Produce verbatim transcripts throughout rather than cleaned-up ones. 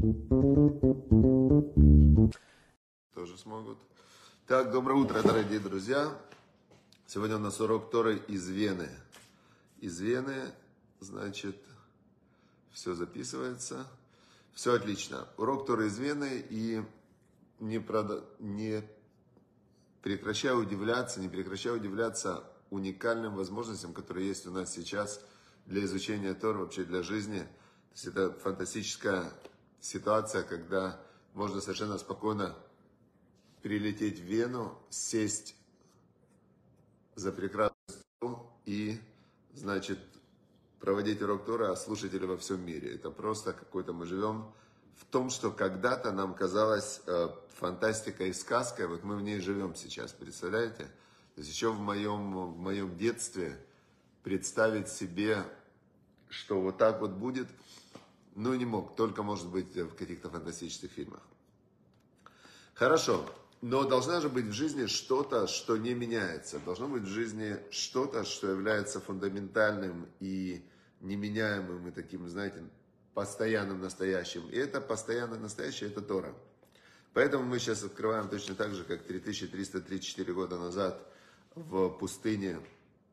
Тоже смогут. Так, доброе утро, дорогие друзья. Сегодня у нас урок Торы из Вены. Из Вены, значит, все записывается. Все отлично. Урок Торы из Вены, и не, прода... не прекращаю удивляться, не прекращаю удивляться уникальным возможностям, которые есть у нас сейчас для изучения Торы, вообще для жизни. То есть это фантастическая ситуация, когда можно совершенно спокойно прилететь в Вену, сесть за прекрасный стол и, значит, проводить урок Торы, а слушатели во всем мире. Это просто какой-то мы живем в том, что когда-то нам казалось э, фантастикой и сказкой, вот мы в ней живем сейчас, представляете? То есть еще в моем, в моем детстве представить себе, что вот так вот будет, ну не мог, только может быть в каких-то фантастических фильмах. Хорошо. Но должна же быть в жизни что-то, что не меняется. Должно быть в жизни что-то, что является фундаментальным и неменяемым, и таким, знаете, постоянным настоящим. И это постоянно настоящее, это Тора. Поэтому мы сейчас открываем точно так же, как три тысячи триста тридцать четыре года назад в пустыне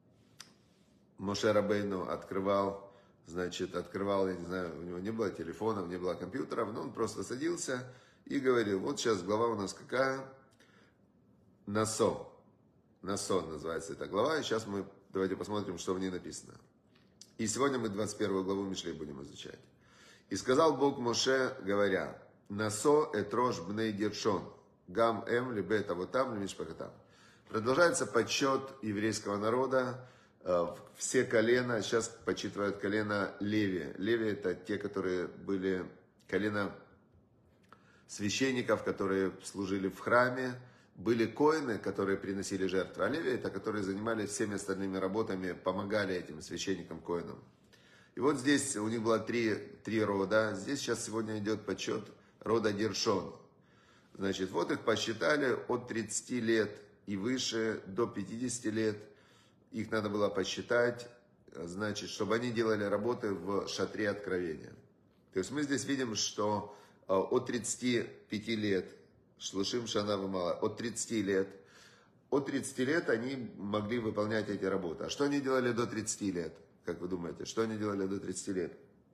Моше Рабейну открывал, значит, открывал, я не знаю, у него не было телефонов, не было компьютеров, но он просто садился и говорил, вот сейчас глава у нас какая? Насо. Насо называется эта глава. И сейчас мы давайте посмотрим, что в ней написано. И сегодня мы двадцать первую главу Мишлей будем изучать. И сказал Бог Моше, говоря, Насо этрош бней Гершон, гам эм либет авотам лимишпахатам. Продолжается подсчет еврейского народа. Все колена, сейчас подсчитывают колено Леви. Леви это те, которые были колено священников, которые служили в храме. Были коины, которые приносили жертвы, а леви это, которые занимались всеми остальными работами, помогали этим священникам-коинам. И вот здесь у них было три, три рода. Здесь сейчас сегодня идет подсчет рода Гершон. Значит, вот их посчитали от тридцати лет и выше до пятидесяти лет. Их надо было посчитать, значит, чтобы они делали работы в шатре откровения. То есть мы здесь видим, что от тридцати пяти лет, шлушим шана вымала, от тридцати лет, от тридцати лет они могли выполнять эти работы. А что они делали до тридцати лет? Как вы думаете, что они делали до тридцати лет?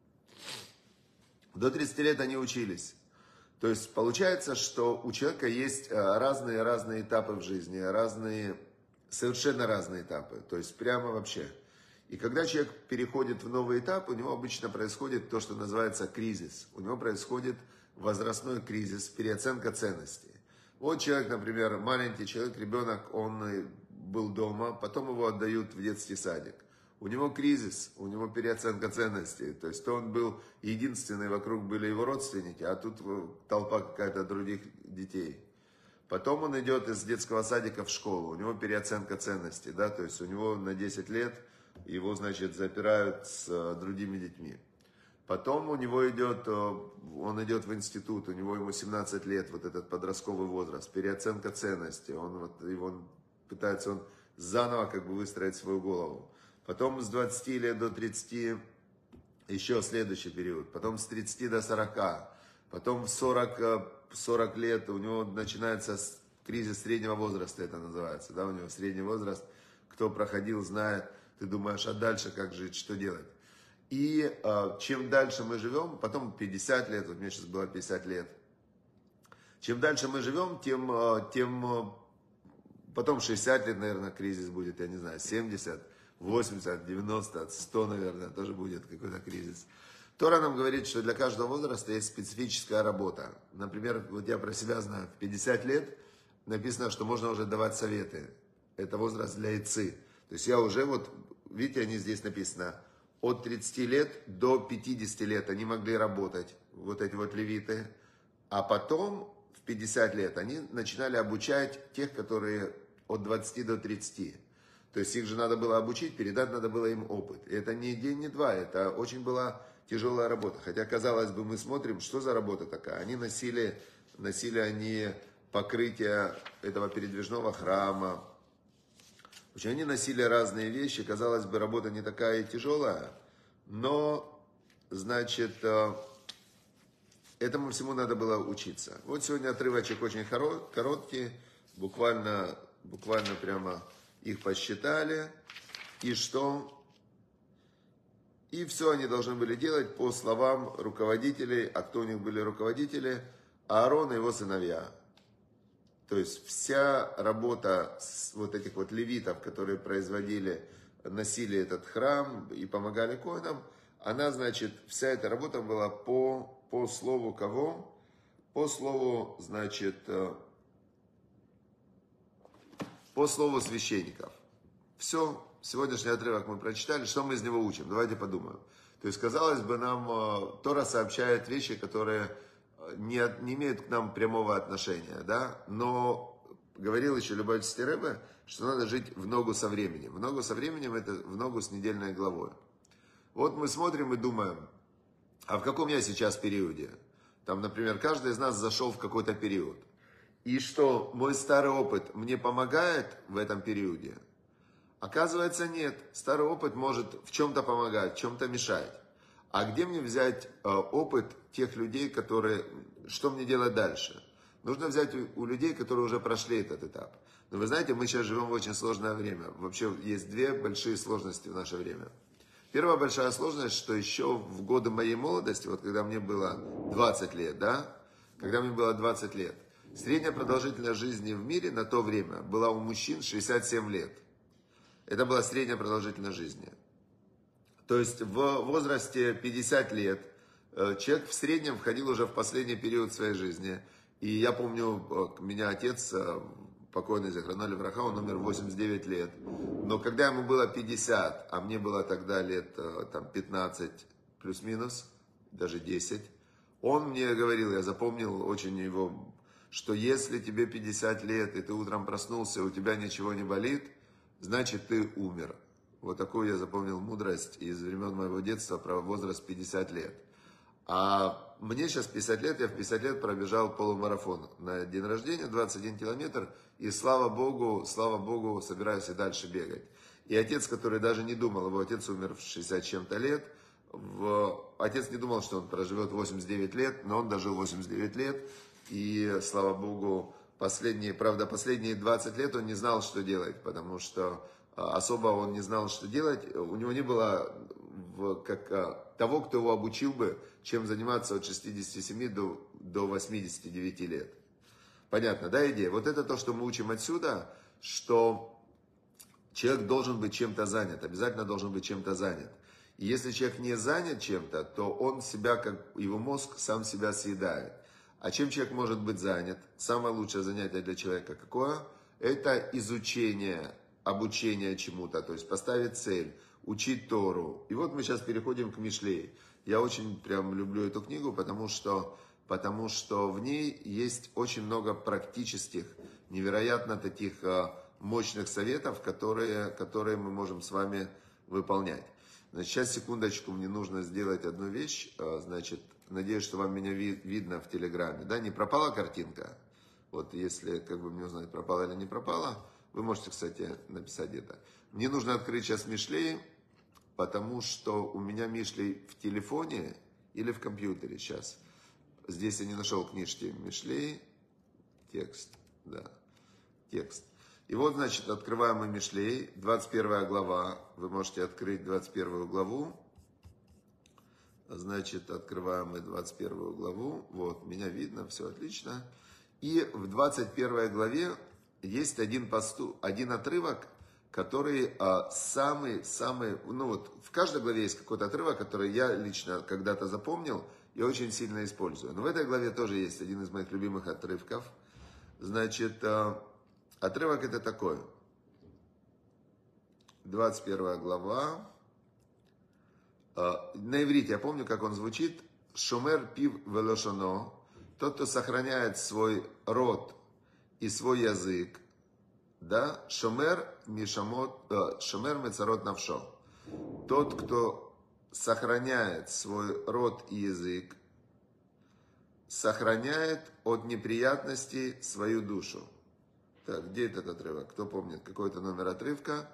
До тридцати лет они учились. То есть получается, что у человека есть разные-разные этапы в жизни, разные, совершенно разные этапы. То есть прямо вообще. И когда человек переходит в новый этап, у него обычно происходит то, что называется кризис. У него происходит возрастной кризис, переоценка ценностей. Вот человек, например, маленький человек, ребенок, он был дома, потом его отдают в детский садик. У него кризис, у него переоценка ценностей. То есть то он был единственный, вокруг были его родственники, а тут толпа какая-то других детей. Потом он идет из детского садика в школу, у него переоценка ценностей, да, то есть у него на десять лет его, значит, запирают с другими детьми. Потом у него идет, он идет в институт, у него ему семнадцать лет, вот этот подростковый возраст, переоценка ценностей, он, вот, его, пытается он заново как бы выстроить свою голову. Потом с двадцати лет до тридцати еще следующий период, потом с тридцати до сорока, потом в сорок, сорок лет у него начинается кризис среднего возраста, это называется, да, у него средний возраст, кто проходил, знает, ты думаешь, а дальше как жить, что делать? И э, чем дальше мы живем, потом пятьдесят лет, вот мне сейчас было пятьдесят лет, чем дальше мы живем, тем, э, тем э, потом шестьдесят лет, наверное, кризис будет, я не знаю, семьдесят, восемьдесят, девяносто, сто, наверное, тоже будет какой-то кризис. Тора нам говорит, что для каждого возраста есть специфическая работа. Например, вот я про себя знаю, в пятьдесят лет написано, что можно уже давать советы. Это возраст для ИЦИ. То есть я уже, вот, видите, они здесь написано, от тридцати лет до пятидесяти лет они могли работать, вот эти вот левиты. А потом, в пятьдесят лет, они начинали обучать тех, которые от двадцати до тридцати. То есть их же надо было обучить, передать надо было им опыт. И это не день, не два, это очень была тяжелая работа. Хотя, казалось бы, мы смотрим, что за работа такая. Они носили, носили они покрытие этого передвижного храма. В общем, они носили разные вещи. Казалось бы, работа не такая тяжелая. Но, значит, этому всему надо было учиться. Вот сегодня отрывочек очень короткий, буквально, буквально прямо их посчитали. И что? И все они должны были делать по словам руководителей. А кто у них были руководители? Аарон и его сыновья. То есть вся работа вот этих вот левитов, которые производили, носили этот храм и помогали коинам, она, значит, вся эта работа была по, по слову кого? По слову, значит, по слову священников. Все, сегодняшний отрывок мы прочитали, что мы из него учим? Давайте подумаем. То есть, казалось бы, нам Тора сообщает вещи, которые не, не имеют к нам прямого отношения, да? Но говорил еще Любавичский Ребе, что надо жить в ногу со временем. В ногу со временем это в ногу с недельной главой. Вот мы смотрим и думаем, а в каком я сейчас периоде? Там, например, каждый из нас зашел в какой-то период. И что, мой старый опыт мне помогает в этом периоде? Оказывается, нет. Старый опыт может в чем-то помогать, в чем-то мешать. А где мне взять э, опыт тех людей, которые... Что мне делать дальше? Нужно взять у, у людей, которые уже прошли этот этап. Но вы знаете, мы сейчас живем в очень сложное время. Вообще есть две большие сложности в наше время. Первая большая сложность, что еще в годы моей молодости, вот когда мне было двадцать лет, да, когда мне было двадцать лет, средняя продолжительность жизни в мире на то время была у мужчин шестьдесят семь лет. Это была средняя продолжительность жизни. То есть в возрасте пятьдесят лет человек в среднем входил уже в последний период своей жизни. И я помню, меня отец, покойный Зихроно левраха, он умер в восемьдесят девять лет. Но когда ему было пятьдесят, а мне было тогда лет там, пятнадцать плюс-минус, даже десять, он мне говорил, я запомнил очень его, что если тебе пятьдесят лет, и ты утром проснулся, у тебя ничего не болит, значит ты умер. Вот такую я запомнил мудрость из времен моего детства про возраст пятьдесят лет. А мне сейчас пятьдесят лет, я в пятьдесят лет пробежал полумарафон на день рождения, двадцать один километр, и слава Богу, слава Богу, собираюсь и дальше бегать. И отец, который даже не думал, его отец умер в шестьдесят с чем-то лет, в... отец не думал, что он проживет восемьдесят девять лет, но он дожил восемьдесят девять лет, и слава Богу, последние, правда, последние двадцать лет он не знал, что делать, потому что особо он не знал, что делать, у него не было в, как, того, кто его обучил бы, чем заниматься от шестидесяти семи до, до восьмидесяти девяти лет. Понятно, да, идея? Вот это то, что мы учим отсюда, что человек должен быть чем-то занят, обязательно должен быть чем-то занят. И если человек не занят чем-то, то он себя, как его мозг, сам себя съедает. А чем человек может быть занят? Самое лучшее занятие для человека какое? Это изучение, обучение чему-то, то есть поставить цель, учить Тору. И вот мы сейчас переходим к Мишлей. Я очень прям люблю эту книгу, потому что, потому что в ней есть очень много практических, невероятно таких мощных советов, которые, которые мы можем с вами выполнять. Значит, сейчас, секундочку, мне нужно сделать одну вещь. Значит, надеюсь, что вам меня ви- видно в Телеграме. Да, не пропала картинка? Вот если, как бы мне узнать, пропала или не пропала, вы можете, кстати, написать где-то. Мне нужно открыть сейчас Мишлей, потому что у меня Мишлей в телефоне или в компьютере сейчас. Здесь я не нашел книжки Мишлей. Текст, да, текст. И вот, значит, открываем мы Мишлей, двадцать первая глава. Вы можете открыть двадцать первую главу. Значит, открываем мы двадцать первую главу. Вот, меня видно, все отлично. И в двадцать первой главе есть один, посту, один отрывок, который самый-самый, ну вот в каждой главе есть какой-то отрывок, который я лично когда-то запомнил и очень сильно использую. Но в этой главе тоже есть один из моих любимых отрывков. Значит, отрывок это такой. двадцать первая глава. На иврите, я помню, как он звучит. Шомер пив велошоно. Тот, кто сохраняет свой рот и свой язык. Да, шомер мишамот, э, шомер мецарот навшо. Тот, кто сохраняет свой рот и язык, сохраняет от неприятностей свою душу. Так, где этот отрывок? Кто помнит? Какой-то номер отрывка?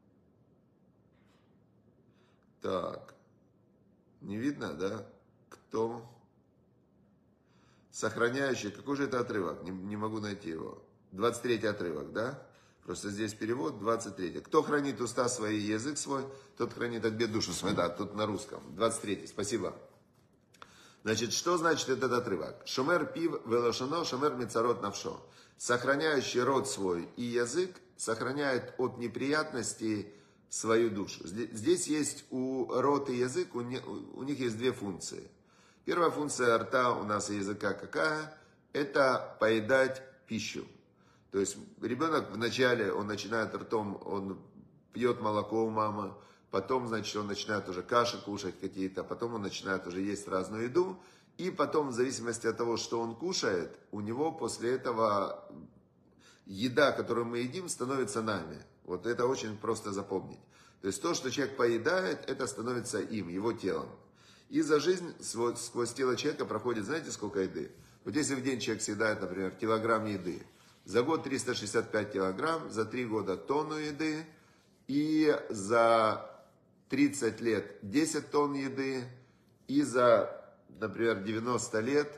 Так, не видно, да? кто сохраняющий, какой же это отрывок, не, не могу найти его, двадцать третий отрывок, да? Просто здесь перевод двадцать третий. Кто хранит уста свои и язык свой, тот хранит от бед душу свою. Да, тут на русском. двадцать третий, спасибо. Значит, что значит этот отрывок? Шомер пив велошано, шомер мицарот навшо. Сохраняющий рот свой и язык сохраняет от неприятностей свою душу. Здесь есть у рот и язык, у них есть две функции. Первая функция рта у нас и языка какая? Это поедать пищу. То есть ребенок вначале, он начинает ртом, он пьет молоко у мамы, потом, значит, он начинает уже каши кушать какие-то, потом он начинает уже есть разную еду, и потом, в зависимости от того, что он кушает, у него после этого еда, которую мы едим, становится нами. Вот это очень просто запомнить. То есть то, что человек поедает, это становится им, его телом. И за жизнь сквозь тело человека проходит, знаете, сколько еды? Вот если в день человек съедает, например, килограмм еды, за год триста шестьдесят пять килограмм, за три года тонну еды, и за тридцать лет десять тонн еды, и за, например, девяносто лет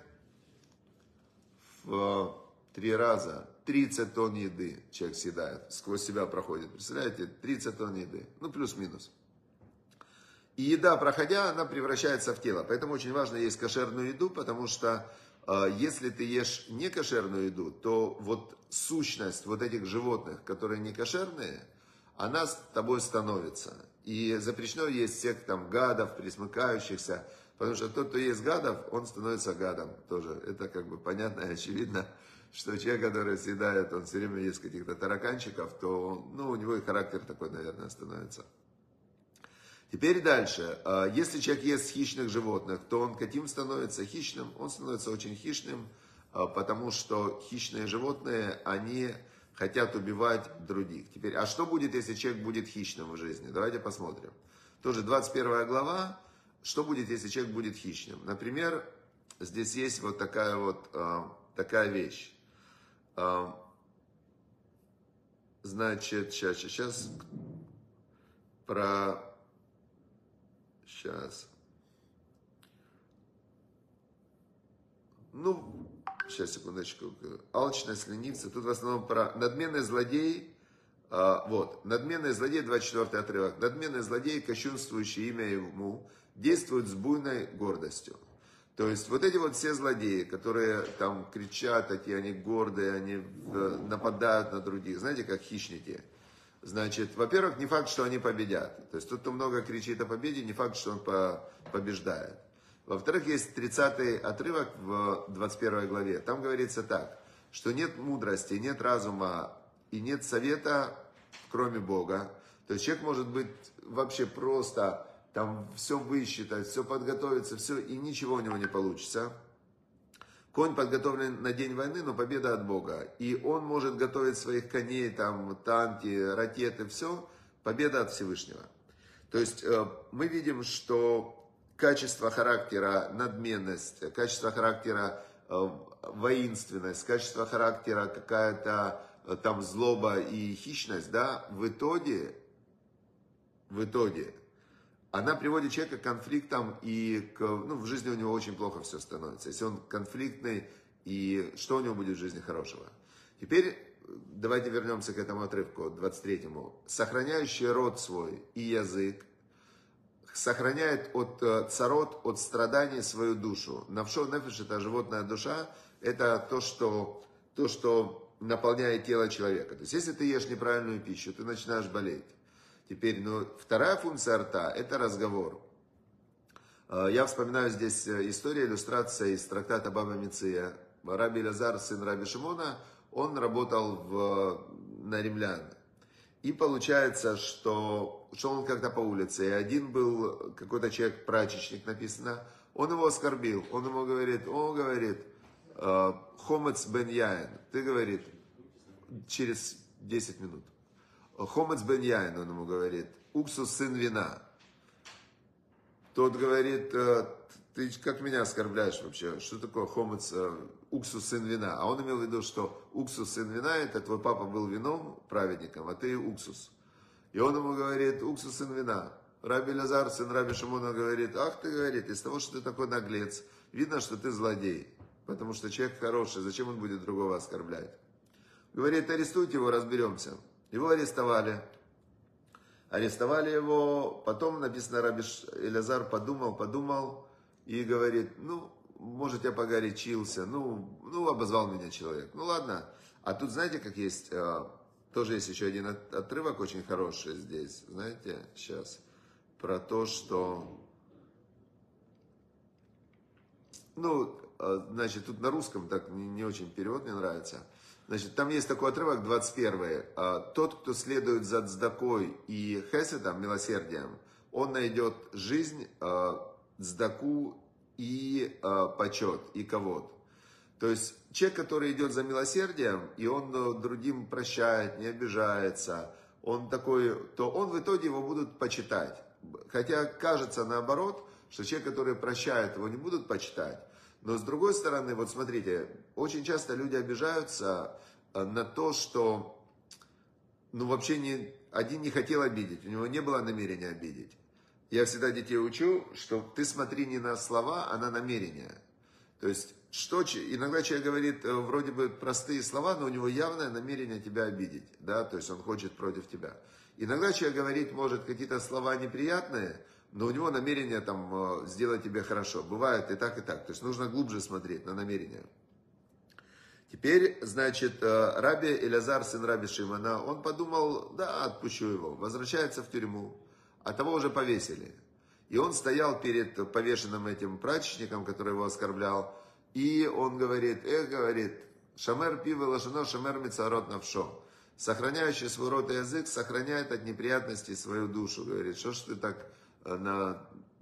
в три раза тридцать тонн еды человек съедает, сквозь себя проходит. Представляете, тридцать тонн еды, ну плюс-минус. И еда, проходя, она превращается в тело. Поэтому очень важно есть кошерную еду, потому что э, если ты ешь не кошерную еду, то вот сущность вот этих животных, которые не кошерные, она с тобой становится. И запрещено есть всех там гадов, присмыкающихся, потому что тот, кто ест гадов, он становится гадом тоже. Это как бы понятно и очевидно, что человек, который съедает, он все время ест каких-то тараканчиков, то ну, у него и характер такой, наверное, становится. Теперь дальше. Если человек ест хищных животных, то он каким становится хищным? Он становится очень хищным, потому что хищные животные, они хотят убивать других. Теперь, а что будет, если человек будет хищным в жизни? Давайте посмотрим. Тоже двадцать первая глава. Что будет, если человек будет хищным? Например, здесь есть вот такая вот такая вещь. Значит, сейчас, сейчас про... Сейчас. Ну, сейчас, секундочку. Алчность, ленивцы. Тут в основном про надменный злодей. А, вот. Надменный злодей, двадцать четвёртый отрывок. Надменный злодей, кощунствующий имя ему, действует с буйной гордостью. То есть, вот эти вот все злодеи, которые там кричат, такие, они гордые, они нападают на других. Знаете, как хищники. Значит, во-первых, не факт, что они победят. То есть, тот, кто много кричит о победе, не факт, что он по- побеждает. Во-вторых, есть тридцатый отрывок в двадцать первой главе. Там говорится так, что нет мудрости, нет разума и нет совета, кроме Бога. То есть, человек может быть вообще просто, там, все высчитать, все подготовиться, все, и ничего у него не получится. Конь подготовлен на день войны, но победа от Бога. И он может готовить своих коней, там, танки, ракеты, все. Победа от Всевышнего. То есть мы видим, что качество характера, надменность, качество характера, воинственность, качество характера, какая-то там злоба и хищность, да, в итоге, в итоге, она приводит человека к конфликтам, и к, ну, в жизни у него очень плохо все становится. Если он конфликтный, и что у него будет в жизни хорошего? Теперь давайте вернемся к этому отрывку, двадцать третьему. Сохраняющий род свой и язык, сохраняет от царот, от страданий свою душу. Навшо нефеш, это животная душа, это то, что, то, что наполняет тело человека. То есть, если ты ешь неправильную пищу, ты начинаешь болеть. Теперь, ну, вторая функция рта – это разговор. Я вспоминаю здесь историю, иллюстрация из трактата Баба Меция. Раби Элазар, сын Раби Шимона, он работал в, на римлян. И получается, что шел он как-то по улице, и один был какой-то человек, прачечник написано, он его оскорбил, он ему говорит, он говорит, хомец бен яин, ты, говорит, через десять минут. Хомец бен яин, он ему говорит, уксус сын вина. Тот говорит, ты как меня оскорбляешь вообще, что такое хомец, уксус сын вина? А он имел в виду, что уксус сын вина, это твой папа был вином, праведником, а ты уксус. И он ему говорит, уксус сын вина. Раби Элиазар, сын Раби Шимона, говорит, ах ты, говорит, из того, что ты такой наглец, видно, что ты злодей, потому что человек хороший, зачем он будет другого оскорблять? Говорит, арестуйте его, разберемся. Его арестовали. Арестовали его, потом написано, Раби Элиазар подумал, подумал и говорит, ну, может, я погорячился, ну, ну, обозвал меня человек. Ну, ладно. А тут, знаете, как есть, тоже есть еще один отрывок очень хороший здесь, знаете, сейчас, про то, что, ну, значит, тут на русском так не, не очень перевод мне нравится. Значит, там есть такой отрывок, двадцать первый. Тот, кто следует за цдакой и хеседом, милосердием, он найдет жизнь, цдаку и почет, и ковод. То есть, человек, который идет за милосердием, и он другим прощает, не обижается, он такой, то он в итоге его будут почитать. Хотя кажется наоборот, что человек, который прощает, его не будут почитать. Но с другой стороны, вот смотрите, очень часто люди обижаются на то, что, ну вообще не, один не хотел обидеть, у него не было намерения обидеть. Я всегда детей учу, что ты смотри не на слова, а на намерения. То есть, что, иногда человек говорит вроде бы простые слова, но у него явное намерение тебя обидеть, да, то есть он хочет против тебя. Иногда человек говорит, может, какие-то слова неприятные, но у него намерение там сделать тебе хорошо. Бывает и так, и так. То есть нужно глубже смотреть на намерение. Теперь, значит, Раби Элиазар, сын Раби Шимона, он подумал, да, отпущу его. Возвращается в тюрьму, а того уже повесили. И он стоял перед повешенным этим прачечником, который его оскорблял, и он говорит, эх, говорит, шамер пивы лашано, шамер мицарот навшо. Сохраняющий свой рот и язык сохраняет от неприятностей свою душу. Говорит, что ж ты так на,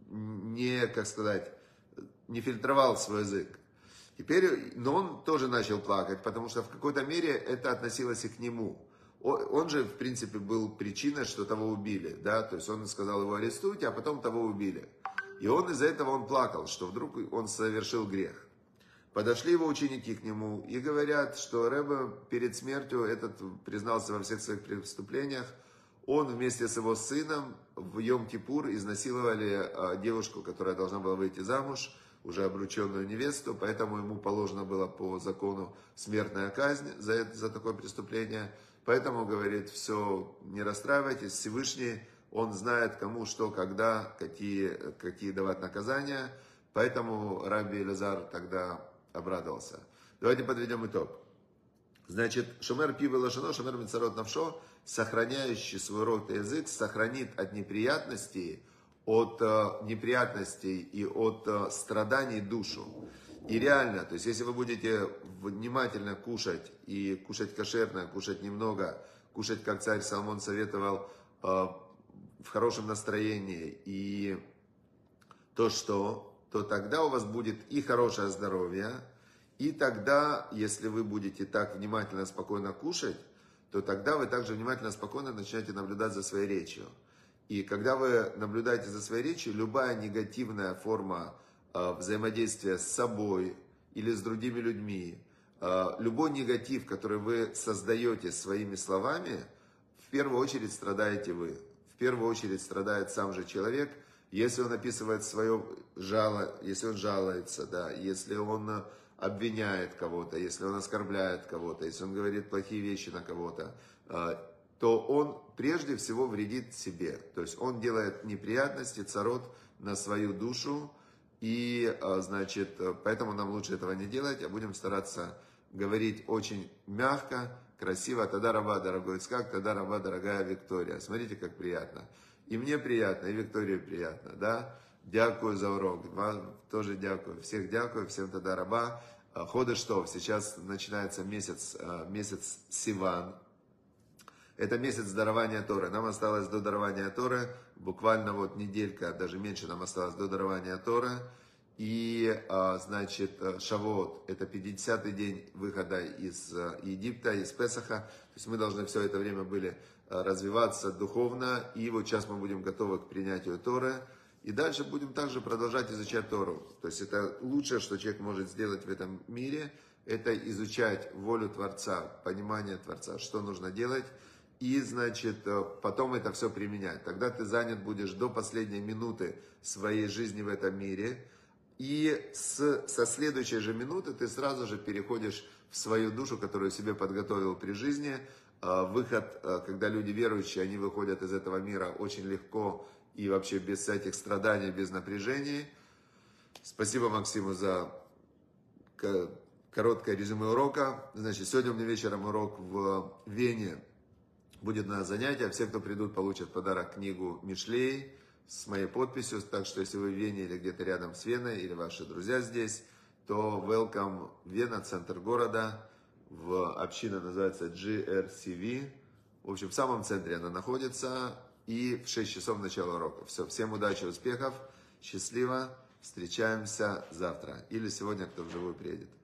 не, как сказать, не фильтровал свой язык. Теперь, но он тоже начал плакать, потому что в какой-то мере это относилось и к нему. Он, он же, в принципе, был причиной, что того убили, да, то есть он сказал, его арестуйте, а потом того убили. И он из-за этого он плакал, что вдруг он совершил грех. Подошли его ученики к нему и говорят, что Ребе перед смертью этот признался во всех своих преступлениях. Он вместе с его сыном в Йом-Кипур изнасиловали девушку, которая должна была выйти замуж, уже обрученную невесту, поэтому ему положено было по закону смертная казнь за, это, за такое преступление. Поэтому, говорит, все, не расстраивайтесь, Всевышний, он знает, кому, что, когда, какие, какие давать наказания. Поэтому Раби Элиазар тогда обрадовался. Давайте подведем итог. Значит, шумер пивы лашано, шумер мицарот навшо, сохраняющий свой рот и язык, сохранит от неприятностей, от э, неприятностей и от э, страданий душу. И реально, то есть если вы будете внимательно кушать, и кушать кошерно, кушать немного, кушать, как царь Соломон советовал, э, в хорошем настроении, и то, что, то тогда у вас будет и хорошее здоровье, и тогда, если вы будете так внимательно, спокойно кушать, то тогда вы также внимательно, спокойно начинаете наблюдать за своей речью. И когда вы наблюдаете за своей речью, любая негативная форма э, взаимодействия с собой или с другими людьми, э, любой негатив, который вы создаете своими словами, в первую очередь страдаете вы. В первую очередь страдает сам же человек, если он описывает свое жало, если он жалуется, да, если он обвиняет кого-то, если он оскорбляет кого-то, если он говорит плохие вещи на кого-то, э, то он прежде всего вредит себе. То есть он делает неприятности, царот на свою душу. И, значит, поэтому нам лучше этого не делать, а будем стараться говорить очень мягко, красиво. Тада раба, дорогой Ицхак, тада раба, дорогая Виктория. Смотрите, как приятно. И мне приятно, и Виктории приятно, да? Дякую за урок. Вам тоже дякую. Всех дякую, всем тада раба. Ходыш Тов. Сейчас начинается месяц, месяц Сиван. Это месяц дарования Торы. Нам осталось до дарования Торы, буквально вот неделька, даже меньше нам осталось до дарования Торы. И, значит, Шавуот, это пятидесятый день выхода из Египта, из Песаха. То есть мы должны все это время были развиваться духовно. И вот сейчас мы будем готовы к принятию Торы. И дальше будем также продолжать изучать Тору. То есть это лучшее, что человек может сделать в этом мире, это изучать волю Творца, понимание Творца, что нужно делать. и, значит, потом это все применять. Тогда ты занят будешь до последней минуты своей жизни в этом мире, и с, со следующей же минуты ты сразу же переходишь в свою душу, которую себе подготовил при жизни. Выход, когда люди верующие, они выходят из этого мира очень легко и вообще без всяких страданий, без напряжений. Спасибо Максиму за короткое резюме урока. Значит, сегодня у меня вечером урок в Вене. Будет на занятие. Все, кто придут, получат в подарок книгу Мишлей с моей подписью. Так что, если вы в Вене или где-то рядом с Веной, или ваши друзья здесь, то welcome Вена, центр города. В община называется джи эр си ви. В общем, в самом центре она находится. И в шесть часов начало урока. Все, всем удачи, успехов, счастливо. Встречаемся завтра. Или сегодня, кто вживую приедет.